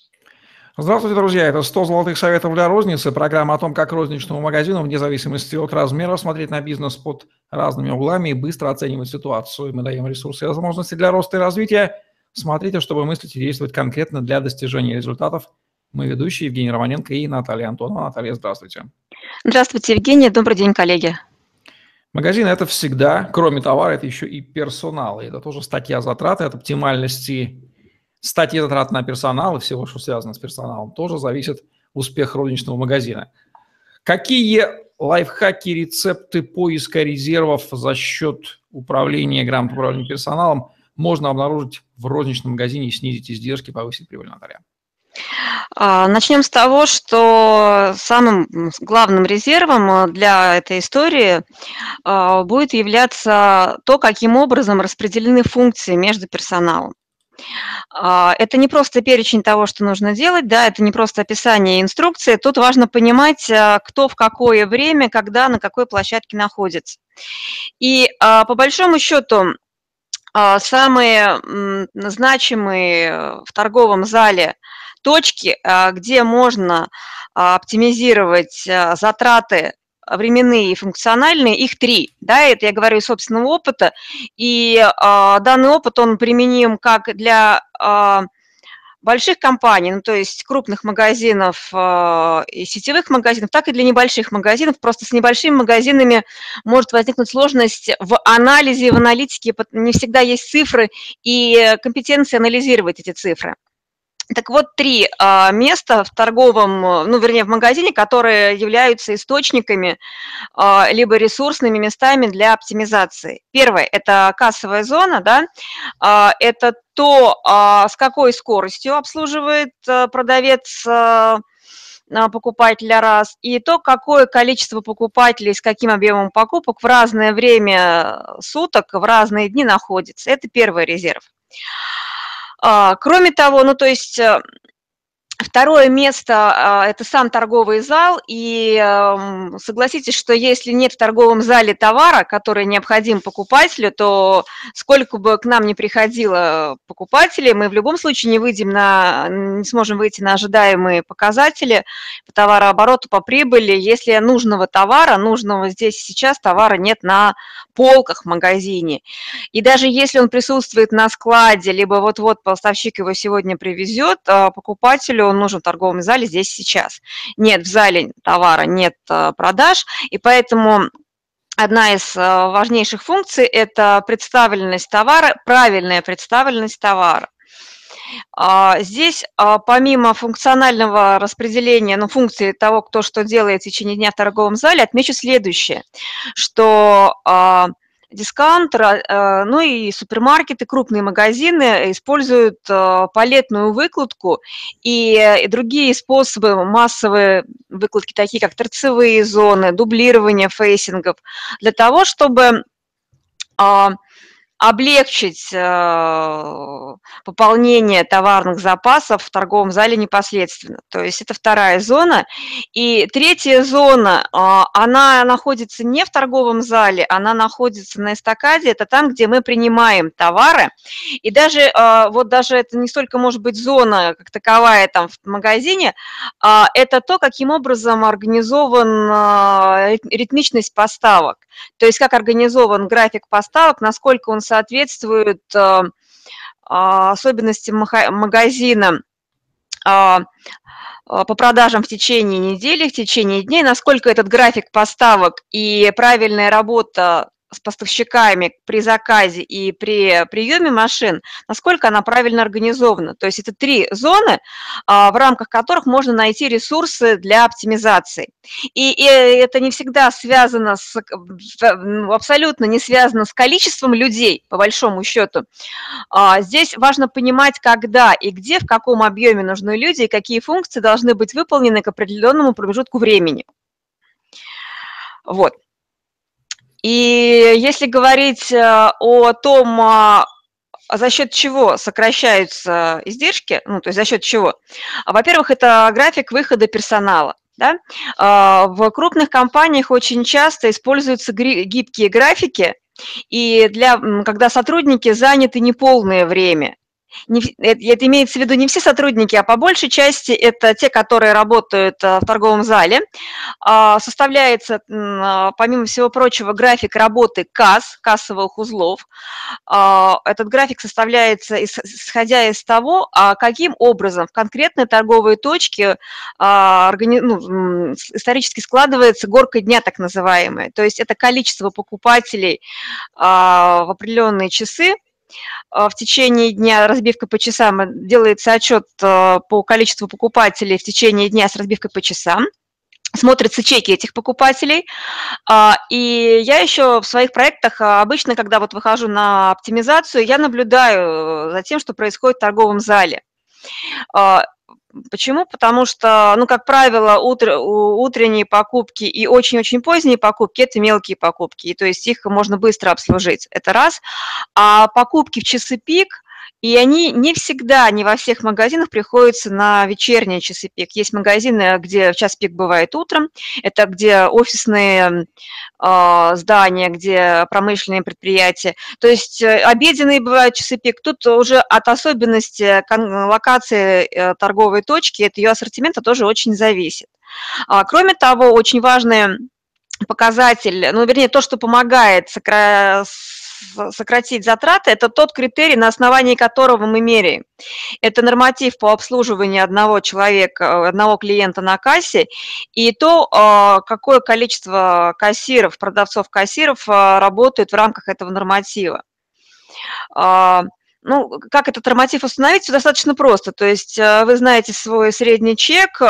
Здравствуйте, друзья! Это «100 золотых советов для розницы», программа о том, как розничному магазину, вне зависимости от размера, смотреть на бизнес под разными углами и быстро оценивать ситуацию. Мы даем ресурсы и возможности для роста и развития. Смотрите, чтобы мыслить и действовать конкретно для достижения результатов. Мы ведущие Евгений Романенко и Наталья Антонова. Наталья, здравствуйте. Здравствуйте, Евгения. Добрый день, коллеги. Магазин – это всегда, кроме товара, это еще и персонал. И это тоже статья затрат от оптимальности. Статьи затрат на персонал и всего, что связано с персоналом, тоже зависит успех розничного магазина. Какие лайфхаки, рецепты поиска резервов за счет управления, грамотного управления персоналом можно обнаружить в розничном магазине и снизить издержки, повысить прибыль, Наталья? Начнем с того, что самым главным резервом для этой истории будет являться то, каким образом распределены функции между персоналом. Это не просто перечень того, что нужно делать, да, это не просто описание инструкции. Тут важно понимать, кто в какое время, когда, на какой площадке находится. И по большому счету самые значимые в торговом зале точки, где можно оптимизировать затраты временные и функциональные, их 3. Да, это я говорю из собственного опыта. И данный опыт, он применим как для больших компаний, ну, то есть крупных магазинов и сетевых магазинов, так и для небольших магазинов. Просто с небольшими магазинами может возникнуть сложность в анализе, в аналитике. Не всегда есть цифры и компетенция анализировать эти цифры. Так вот, 3 места в торговом, ну, вернее, в магазине, которые являются источниками либо ресурсными местами для оптимизации. Первое – это кассовая зона, да, это то, с какой скоростью обслуживает продавец покупателя раз, и то, какое количество покупателей с каким объемом покупок в разное время суток, в разные дни находится. Это первый резерв. Кроме того, ну, то есть второе место – это сам торговый зал, и согласитесь, что если нет в торговом зале товара, который необходим покупателю, то сколько бы к нам ни приходило покупателей, мы в любом случае не сможем выйти на ожидаемые показатели по товарообороту, по прибыли, если нужного товара, нужного здесь и сейчас товара нет на полках в магазине. И даже если он присутствует на складе, либо вот-вот поставщик его сегодня привезет, покупателю он нужен в торговом зале здесь сейчас. Нет в зале товара, нет продаж, и поэтому одна из важнейших функций – это представленность товара, правильная представленность товара. Здесь помимо функционального распределения, ну, функции того, кто что делает в течение дня в торговом зале, отмечу следующее, что дискаунтер, ну и супермаркеты, крупные магазины используют палетную выкладку и другие способы массовой выкладки, такие как торцевые зоны, дублирование фейсингов, для того, чтобы облегчить пополнение товарных запасов в торговом зале непосредственно. То есть это вторая зона. И третья зона, она находится не в торговом зале, она находится на эстакаде. Это там, где мы принимаем товары. И даже, вот даже это не столько может быть зона как таковая там в магазине, это то, каким образом организован ритмичность поставок. То есть как организован график поставок, насколько он соответствует особенностям магазина по продажам в течение недели, в течение дней, насколько этот график поставок и правильная работа с поставщиками при заказе и при приеме машин, насколько она правильно организована. То есть это 3 зоны, в рамках которых можно найти ресурсы для оптимизации. И это не всегда связано абсолютно не связано с количеством людей, по большому счету. Здесь важно понимать, когда и где, в каком объеме нужны люди, и какие функции должны быть выполнены к определенному промежутку времени. Вот. И если говорить о том, за счет чего сокращаются издержки, ну, то есть за счет чего, во-первых, это график выхода персонала. Да? В крупных компаниях очень часто используются гибкие графики, и когда сотрудники заняты неполное время. это имеется в виду не все сотрудники, а по большей части это те, которые работают в торговом зале. Составляется, помимо всего прочего, график работы касс, кассовых узлов. Этот график составляется исходя из того, каким образом в конкретной торговой точке исторически складывается горка дня, так называемая. То есть это количество покупателей в определенные часы. В течение дня разбивка по часам, делается отчет по количеству покупателей в течение дня с разбивкой по часам. Смотрятся чеки этих покупателей. И я еще в своих проектах обычно, когда вот выхожу на оптимизацию, я наблюдаю за тем, что происходит в торговом зале. Почему? Потому что, как правило, утренние покупки и очень-очень поздние покупки – это мелкие покупки, и то есть их можно быстро обслужить, это раз. А покупки в часы пик, и они не всегда, не во всех магазинах приходятся на вечерние часы пик. Есть магазины, где в час пик бывает утром, это где офисные здания, где промышленные предприятия. То есть обеденные бывают часы пик. Тут уже от особенностей локации торговой точки, от ее ассортимента тоже очень зависит. Кроме того, очень важный показатель, вернее, то, что помогает сократить затраты, это тот критерий, на основании которого мы меряем. Это норматив по обслуживанию одного человека, одного клиента на кассе, и то, какое количество кассиров, продавцов-кассиров работают в рамках этого норматива. Как этот норматив установить? Все достаточно просто. То есть вы знаете свой средний чек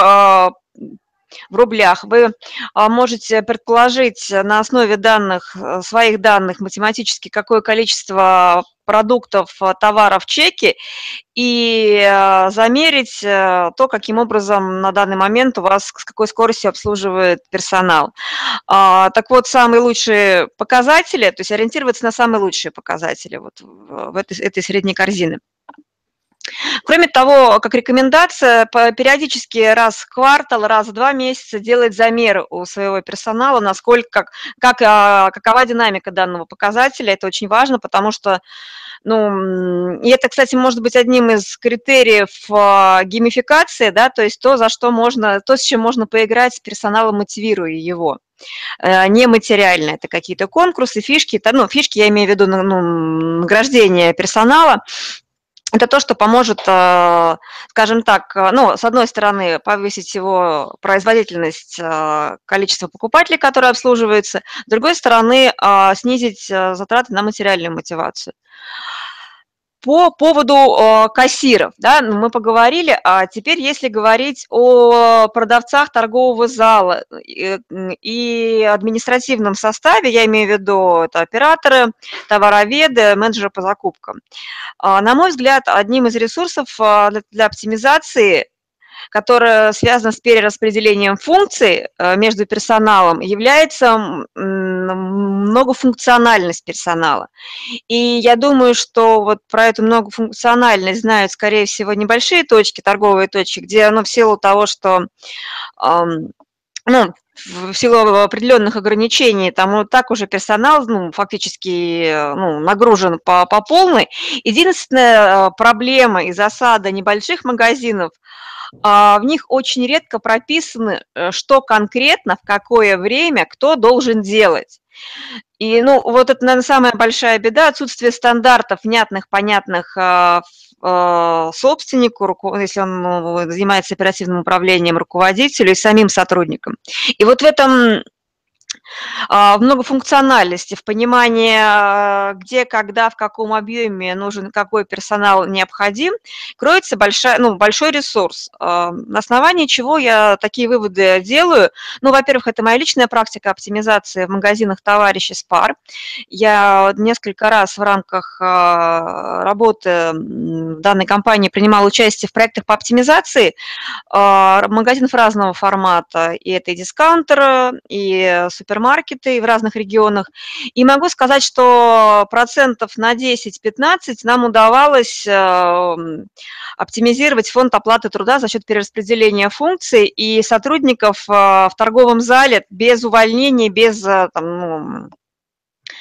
в рублях, вы можете предположить на основе своих данных математически, какое количество продуктов, товаров в чеке, и замерить то, каким образом на данный момент у вас, с какой скоростью обслуживает персонал. Так вот, самые лучшие показатели, то есть ориентироваться на самые лучшие показатели вот в этой средней корзины. Кроме того, как рекомендация, периодически раз в квартал, раз в 2 месяца делать замеры у своего персонала, какова динамика данного показателя. Это очень важно, потому что, и это, кстати, может быть одним из критериев геймификации, да, то есть то, с чем можно поиграть с персоналом, мотивируя его. Нематериально, это какие-то конкурсы, фишки, фишки я имею в виду награждение персонала. Это то, что поможет, скажем так, с одной стороны, повысить его производительность, количество покупателей, которые обслуживаются, с другой стороны, снизить затраты на материальную мотивацию. По поводу кассиров, да, мы поговорили, а теперь, если говорить о продавцах торгового зала и административном составе, я имею в виду это операторы, товароведы, менеджеры по закупкам. На мой взгляд, одним из ресурсов для оптимизации, которая связана с перераспределением функций между персоналом, является многофункциональность персонала. И я думаю, что вот про эту многофункциональность знают, скорее всего, небольшие точки, торговые точки, где в силу того, что в силу определенных ограничений, там так уже персонал фактически нагружен по полной. Единственная проблема и засада небольших магазинов, в них очень редко прописано, что конкретно, в какое время, кто должен делать. И, вот это, наверное, самая большая беда, отсутствие стандартов, внятных, понятных собственнику, если он занимается оперативным управлением, руководителю и самим сотрудникам. И вот в этом в многофункциональности, в понимании, где, когда, в каком объеме нужен какой персонал необходим, кроется большой ресурс. На основании чего я такие выводы делаю? Во-первых, это моя личная практика оптимизации в магазинах товарищей Spar. Я несколько раз в рамках работы в данной компании принимала участие в проектах по оптимизации магазинов разного формата. И это и дискаунтеры, и супермаркеты в разных регионах. И могу сказать, что процентов на 10-15 нам удавалось оптимизировать фонд оплаты труда за счет перераспределения функций и сотрудников в торговом зале без увольнений, без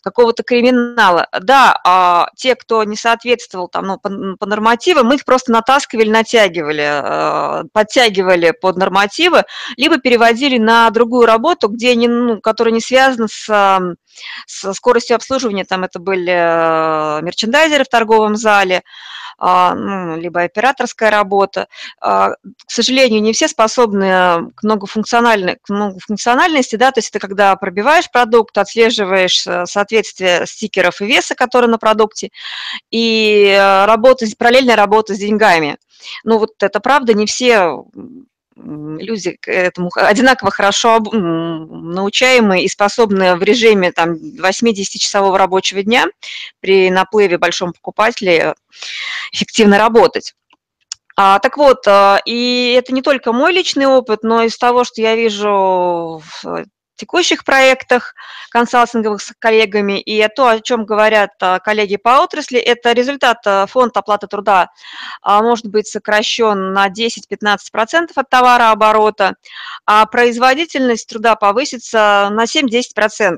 какого-то криминала. Да, те, кто не соответствовал там, ну, по нормативам, мы их просто натаскивали, натягивали, подтягивали под нормативы, либо переводили на другую работу, где не, ну, которая не связана с скоростью обслуживания. Там это были мерчендайзеры в торговом зале, ну, либо операторская работа. К сожалению, не все способны к многофункциональности, да, то есть это когда пробиваешь продукт, отслеживаешь соответствие стикеров и веса, которые на продукте, и параллельная работа с деньгами. Ну, вот это правда, не все люди к этому одинаково хорошо научаемые и способны в режиме там 8-10-часового рабочего дня при наплыве большом покупателей эффективно работать. Так вот, и это не только мой личный опыт, но из того, что я вижу в текущих проектах консалтинговых с коллегами, и то, о чем говорят коллеги по отрасли, это результат: фонд оплаты труда может быть сокращен на 10-15% от товарооборота, а производительность труда повысится на 7-10%.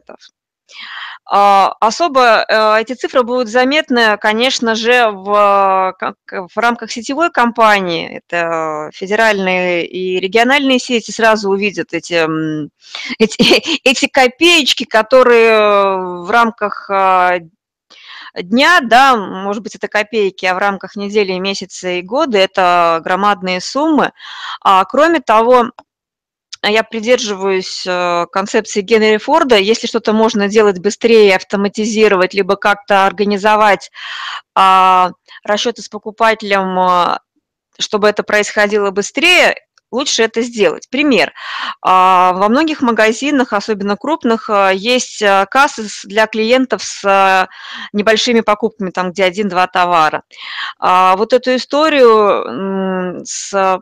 Особо эти цифры будут заметны, конечно же, в рамках сетевой компании. Это федеральные и региональные сети сразу увидят эти копеечки, которые в рамках дня, да, может быть, это копейки, а в рамках недели, месяца и года это громадные суммы. Кроме того, я придерживаюсь концепции Генри Форда: если что-то можно делать быстрее, автоматизировать, либо как-то организовать расчеты с покупателем, чтобы это происходило быстрее, лучше это сделать. Пример. Во многих магазинах, особенно крупных, есть кассы для клиентов с небольшими покупками, там, где 1-2 товара. Вот эту историю с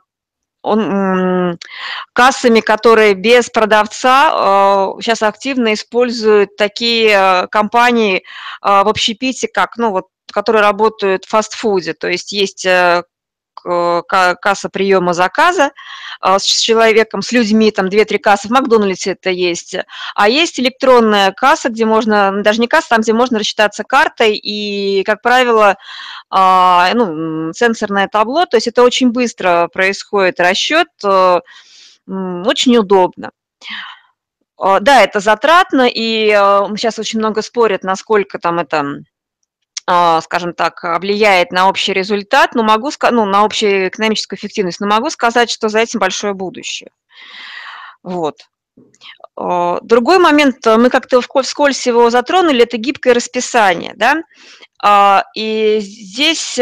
кассами, которые без продавца, сейчас активно используют такие компании в общепите, как, ну, вот, которые работают в фастфуде. То есть есть касса приема заказа с человеком, с людьми, там 2-3 кассы, в Макдональдсе это есть, а есть электронная касса, где можно, даже не касса, там, где можно рассчитаться картой, и, как правило, ну, сенсорное табло, то есть это очень быстро происходит расчет, очень удобно. Да, это затратно, и сейчас очень много спорят, насколько там это, скажем так, влияет на общий результат, но могу сказать, ну, на общую экономическую эффективность, но могу сказать, что за этим большое будущее. Вот. Другой момент, мы как-то вскользь его затронули, это гибкое расписание, да, и здесь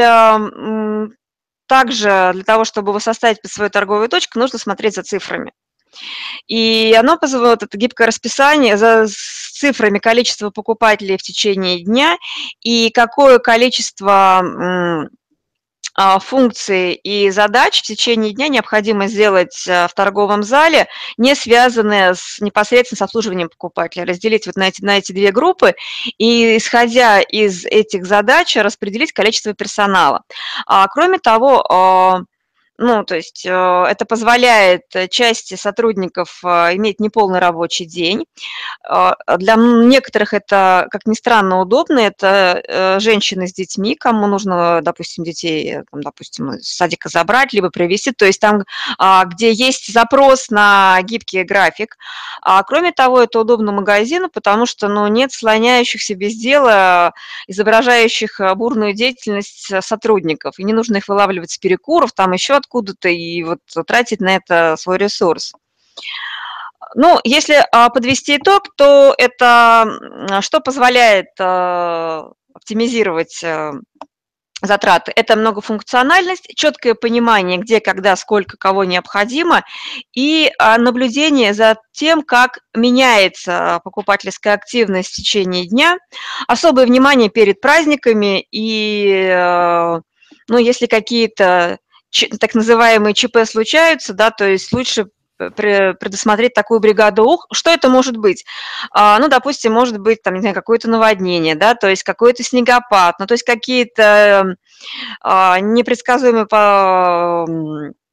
также для того, чтобы воссоставить под свою торговую точку, нужно смотреть за цифрами. И оно позволяет, это гибкое расписание, с цифрами количества покупателей в течение дня и какое количество функций и задач в течение дня необходимо сделать в торговом зале, не связанные непосредственно с обслуживанием покупателя. Разделить вот на эти две группы и, исходя из этих задач, распределить количество персонала. Кроме того, ну, то есть это позволяет части сотрудников иметь неполный рабочий день. Для некоторых это, как ни странно, удобно. Это женщины с детьми, кому нужно, допустим, детей, там, допустим, из садика забрать, либо привезти. То есть там, где есть запрос на гибкий график. Кроме того, это удобно магазину, потому что, ну, нет слоняющихся без дела, изображающих бурную деятельность сотрудников. И не нужно их вылавливать с перекуров, там еще откуда-то, и вот тратить на это свой ресурс. Ну, если подвести итог, то это что позволяет оптимизировать затраты? Это многофункциональность, четкое понимание, где, когда, сколько, кого необходимо, и наблюдение за тем, как меняется покупательская активность в течение дня, особое внимание перед праздниками и, ну, если какие-то так называемые ЧП случаются, да, то есть лучше предусмотреть такую бригаду. Что это может быть? Ну, допустим, может быть, там, не знаю, какое-то наводнение, да, то есть какой-то снегопад, ну, то есть какие-то непредсказуемые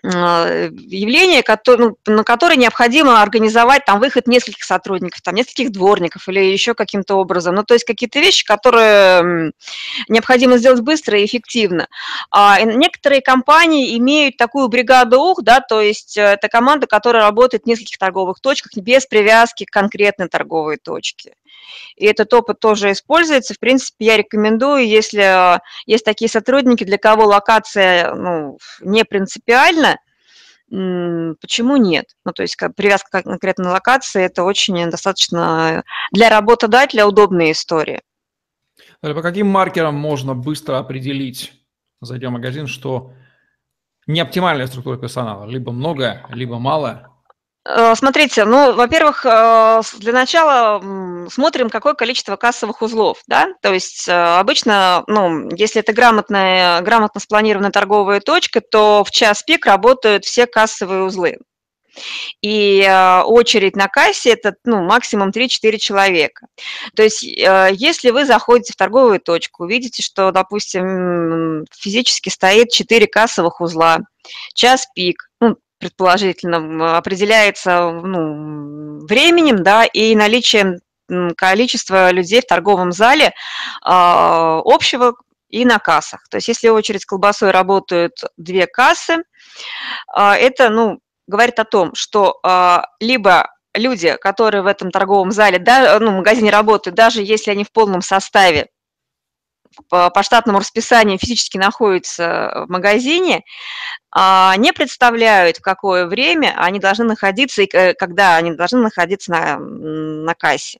явление, на которое необходимо организовать там выход нескольких сотрудников, там нескольких дворников или еще каким-то образом. Ну, то есть какие-то вещи, которые необходимо сделать быстро и эффективно. Некоторые компании имеют такую бригаду УХ, да, то есть это команда, которая работает в нескольких торговых точках без привязки к конкретной торговой точке. И этот опыт тоже используется. В принципе, я рекомендую, если есть такие сотрудники, для кого локация не принципиальна, почему нет? Ну, то есть привязка к конкретной локации – это очень достаточно для работодателя удобная история. По каким маркерам можно быстро определить, зайдя в магазин, что не оптимальная структура персонала? Либо много, либо мало? Смотрите, во-первых, для начала смотрим, какое количество кассовых узлов, да, то есть обычно, если это грамотно спланированная торговая точка, то в час пик работают все кассовые узлы. И очередь на кассе – это максимум 3-4 человека. То есть если вы заходите в торговую точку, видите, что, допустим, физически стоит 4 кассовых узла, час пик, предположительно, определяется временем, да, и наличием количества людей в торговом зале общего и на кассах. То есть если очередь с колбасой работают 2 кассы, это, говорит о том, что либо люди, которые в этом торговом зале, в магазине работают, даже если они в полном составе, по штатному расписанию физически находятся в магазине, не представляют, в какое время они должны находиться и когда они должны находиться на кассе.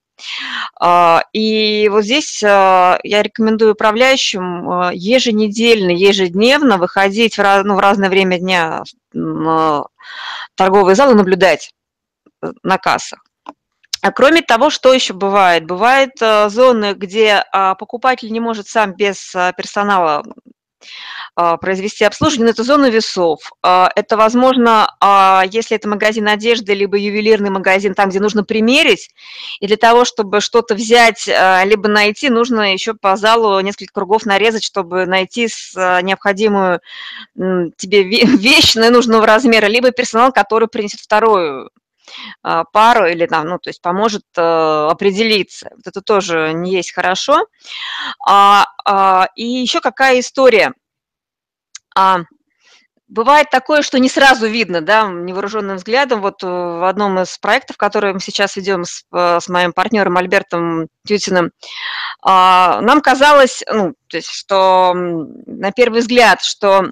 И вот здесь я рекомендую управляющим еженедельно, ежедневно выходить в разное время дня в торговый зал и наблюдать на кассах. Кроме того, что еще бывает? Бывают зоны, где покупатель не может сам без персонала произвести обслуживание, но это зона весов. Это, возможно, если это магазин одежды, либо ювелирный магазин, там, где нужно примерить, и для того, чтобы что-то взять, либо найти, нужно еще по залу несколько кругов нарезать, чтобы найти необходимую тебе вещь нужного размера, либо персонал, который принесет вторую пару или там, то есть поможет определиться. Вот это тоже не есть хорошо. И еще какая история? Бывает такое, что не сразу видно, да, невооруженным взглядом. Вот в одном из проектов, которые мы сейчас ведем с моим партнером Альбертом Тютиным, нам казалось, то есть, что на первый взгляд, что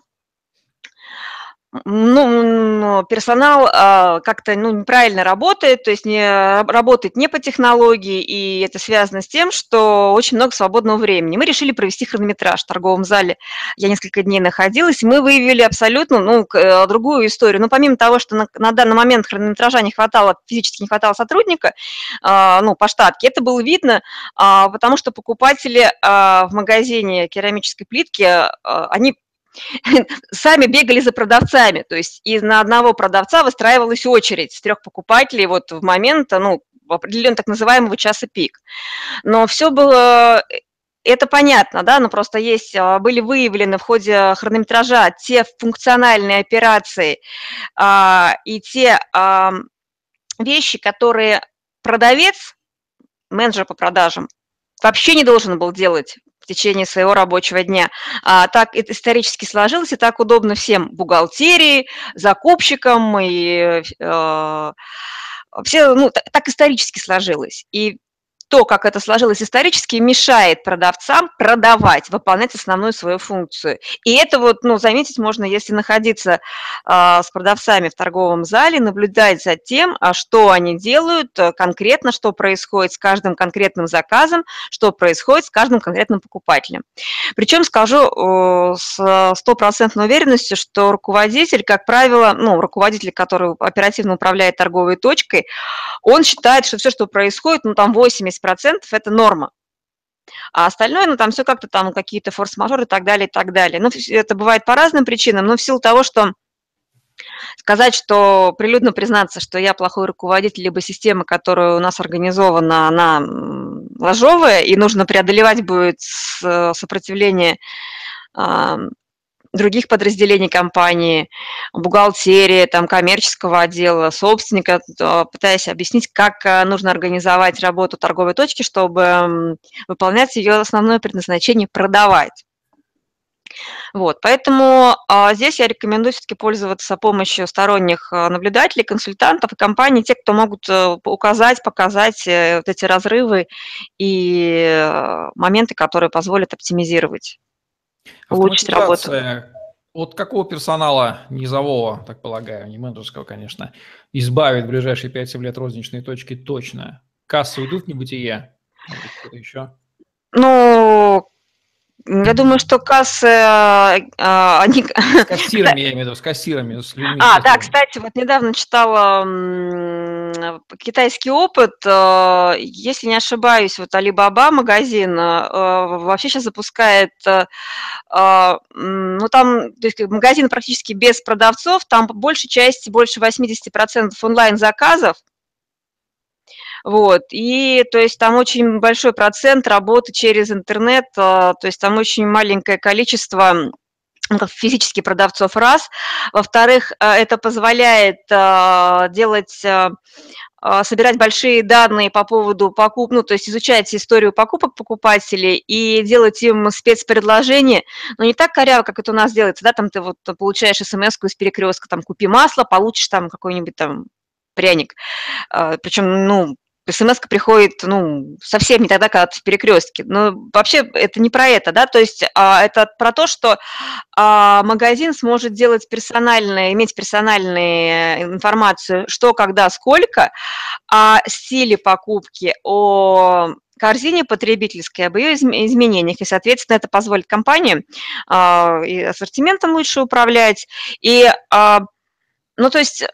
персонал как-то неправильно работает, то есть работает не по технологии, и это связано с тем, что очень много свободного времени. Мы решили провести хронометраж в торговом зале. Я несколько дней находилась, и мы выявили абсолютно другую историю. Но помимо того, что на данный момент хронометража физически не хватало сотрудника, по штатке, это было видно, потому что покупатели в магазине керамической плитки, они сами бегали за продавцами, то есть и на одного продавца выстраивалась очередь с 3 покупателей вот в момент, в определенного так называемого часа пик. Но все было, это понятно, да, но просто были выявлены в ходе хронометража те функциональные операции и те вещи, которые продавец, менеджер по продажам, вообще не должен был делать в течение своего рабочего дня. Так это исторически сложилось, и так удобно всем: бухгалтерии, закупщикам, и все, так исторически сложилось. И то, как это сложилось исторически, мешает продавцам продавать, выполнять основную свою функцию. И это заметить можно, если находиться с продавцами в торговом зале, наблюдать за тем, что они делают конкретно, что происходит с каждым конкретным заказом, что происходит с каждым конкретным покупателем. Причем скажу с стопроцентной уверенностью, что руководитель, как правило, руководитель, который оперативно управляет торговой точкой, он считает, что все, что происходит, 80% это норма. А остальное, там все как-то там какие-то форс-мажоры и так далее, и так далее. Это бывает по разным причинам, но в силу того, что сказать, что прилюдно признаться, что я плохой руководитель, либо система, которая у нас организована, она ложовая, и нужно преодолевать будет сопротивление других подразделений компании, бухгалтерии, там, коммерческого отдела, собственника, пытаясь объяснить, как нужно организовать работу торговой точки, чтобы выполнять ее основное предназначение – продавать. Вот, поэтому здесь я рекомендую все-таки пользоваться помощью сторонних наблюдателей, консультантов и компаний, те, кто могут указать, показать вот эти разрывы и моменты, которые позволят оптимизировать, улучшить работу. От какого персонала низового, так полагаю, не менеджерского, конечно, избавить в ближайшие 5-7 лет розничные точки точно? Кассы уйдут в небытие? Может быть, что-то еще? Ну, я думаю, что кассы, они... С кассирами, я имею в виду, с кассирами, с людьми. Да, кстати, вот недавно читала китайский опыт, если не ошибаюсь, вот Alibaba магазин вообще сейчас запускает, ну там, то есть магазин практически без продавцов, там по большей части, больше 80% онлайн-заказов, вот, и то есть там очень большой процент работы через интернет, то есть там очень маленькое количество физически продавцов, раз. Во-вторых, это позволяет собирать большие данные по поводу покупок, ну, то есть изучать историю покупок покупателей и делать им спецпредложения, но не так коряво, как это у нас делается, да, там ты вот получаешь смс-ку из перекрестка, там, купи масло, получишь там какой-нибудь там пряник, причем, ну, смс-ка приходит, ну, совсем не тогда, когда ты в перекрестке. Но вообще это не про это, да, то есть это про то, что магазин сможет делать иметь персональную информацию, что, когда, сколько, о стиле покупки, о корзине потребительской, об ее изменениях, и, соответственно, это позволит компании и ассортиментом лучше управлять, и, ну, то есть...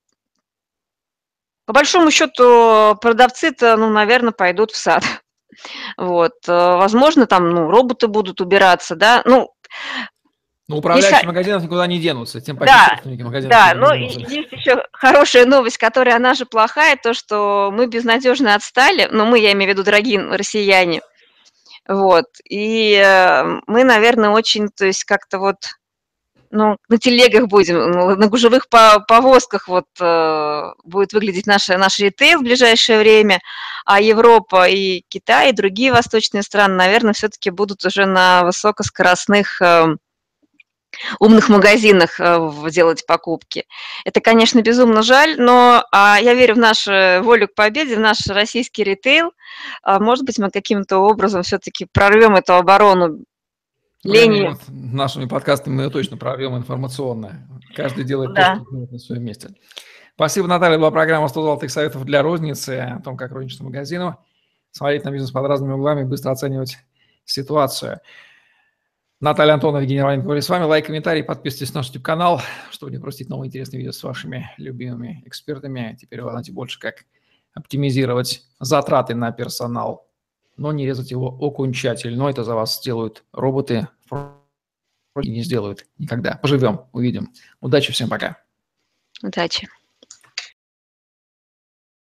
По большому счету, продавцы-то, ну, наверное, пойдут в сад. Вот. Возможно, там, ну, роботы будут убираться, да, ну... Управляющие магазинов никуда не денутся, тем паче собственники магазинов. Да, но есть еще хорошая новость, которая, она же плохая, то, что мы безнадежно отстали, ну, мы, я имею в виду, дорогие россияне, вот, и мы, наверное, очень, то есть как-то вот... Ну, на телегах будем, на гужевых повозках вот будет выглядеть наш ритейл в ближайшее время, а Европа и Китай, и другие восточные страны, наверное, все-таки будут уже на высокоскоростных умных магазинах делать покупки. Это, конечно, безумно жаль, но я верю в нашу волю к победе, в наш российский ритейл. Может быть, мы каким-то образом все-таки прорвем эту оборону. Нашими подкастами мы точно прорвем информационно. Каждый делает то, что делает на своем месте. Спасибо, Наталья. Была программа «100 золотых советов для розницы», о том, как розничному магазину смотреть на бизнес под разными углами и быстро оценивать ситуацию. Наталья Антонова, генеральный директор, с вами. Лайк, комментарий, подписывайтесь на наш YouTube-канал, чтобы не пропустить новые интересные видео с вашими любимыми экспертами. Теперь вы знаете больше, как оптимизировать затраты на персонал, но не резать его окончательно. Это за вас сделают роботы, не сделают никогда. Поживем, увидим. Удачи, всем пока. Удачи.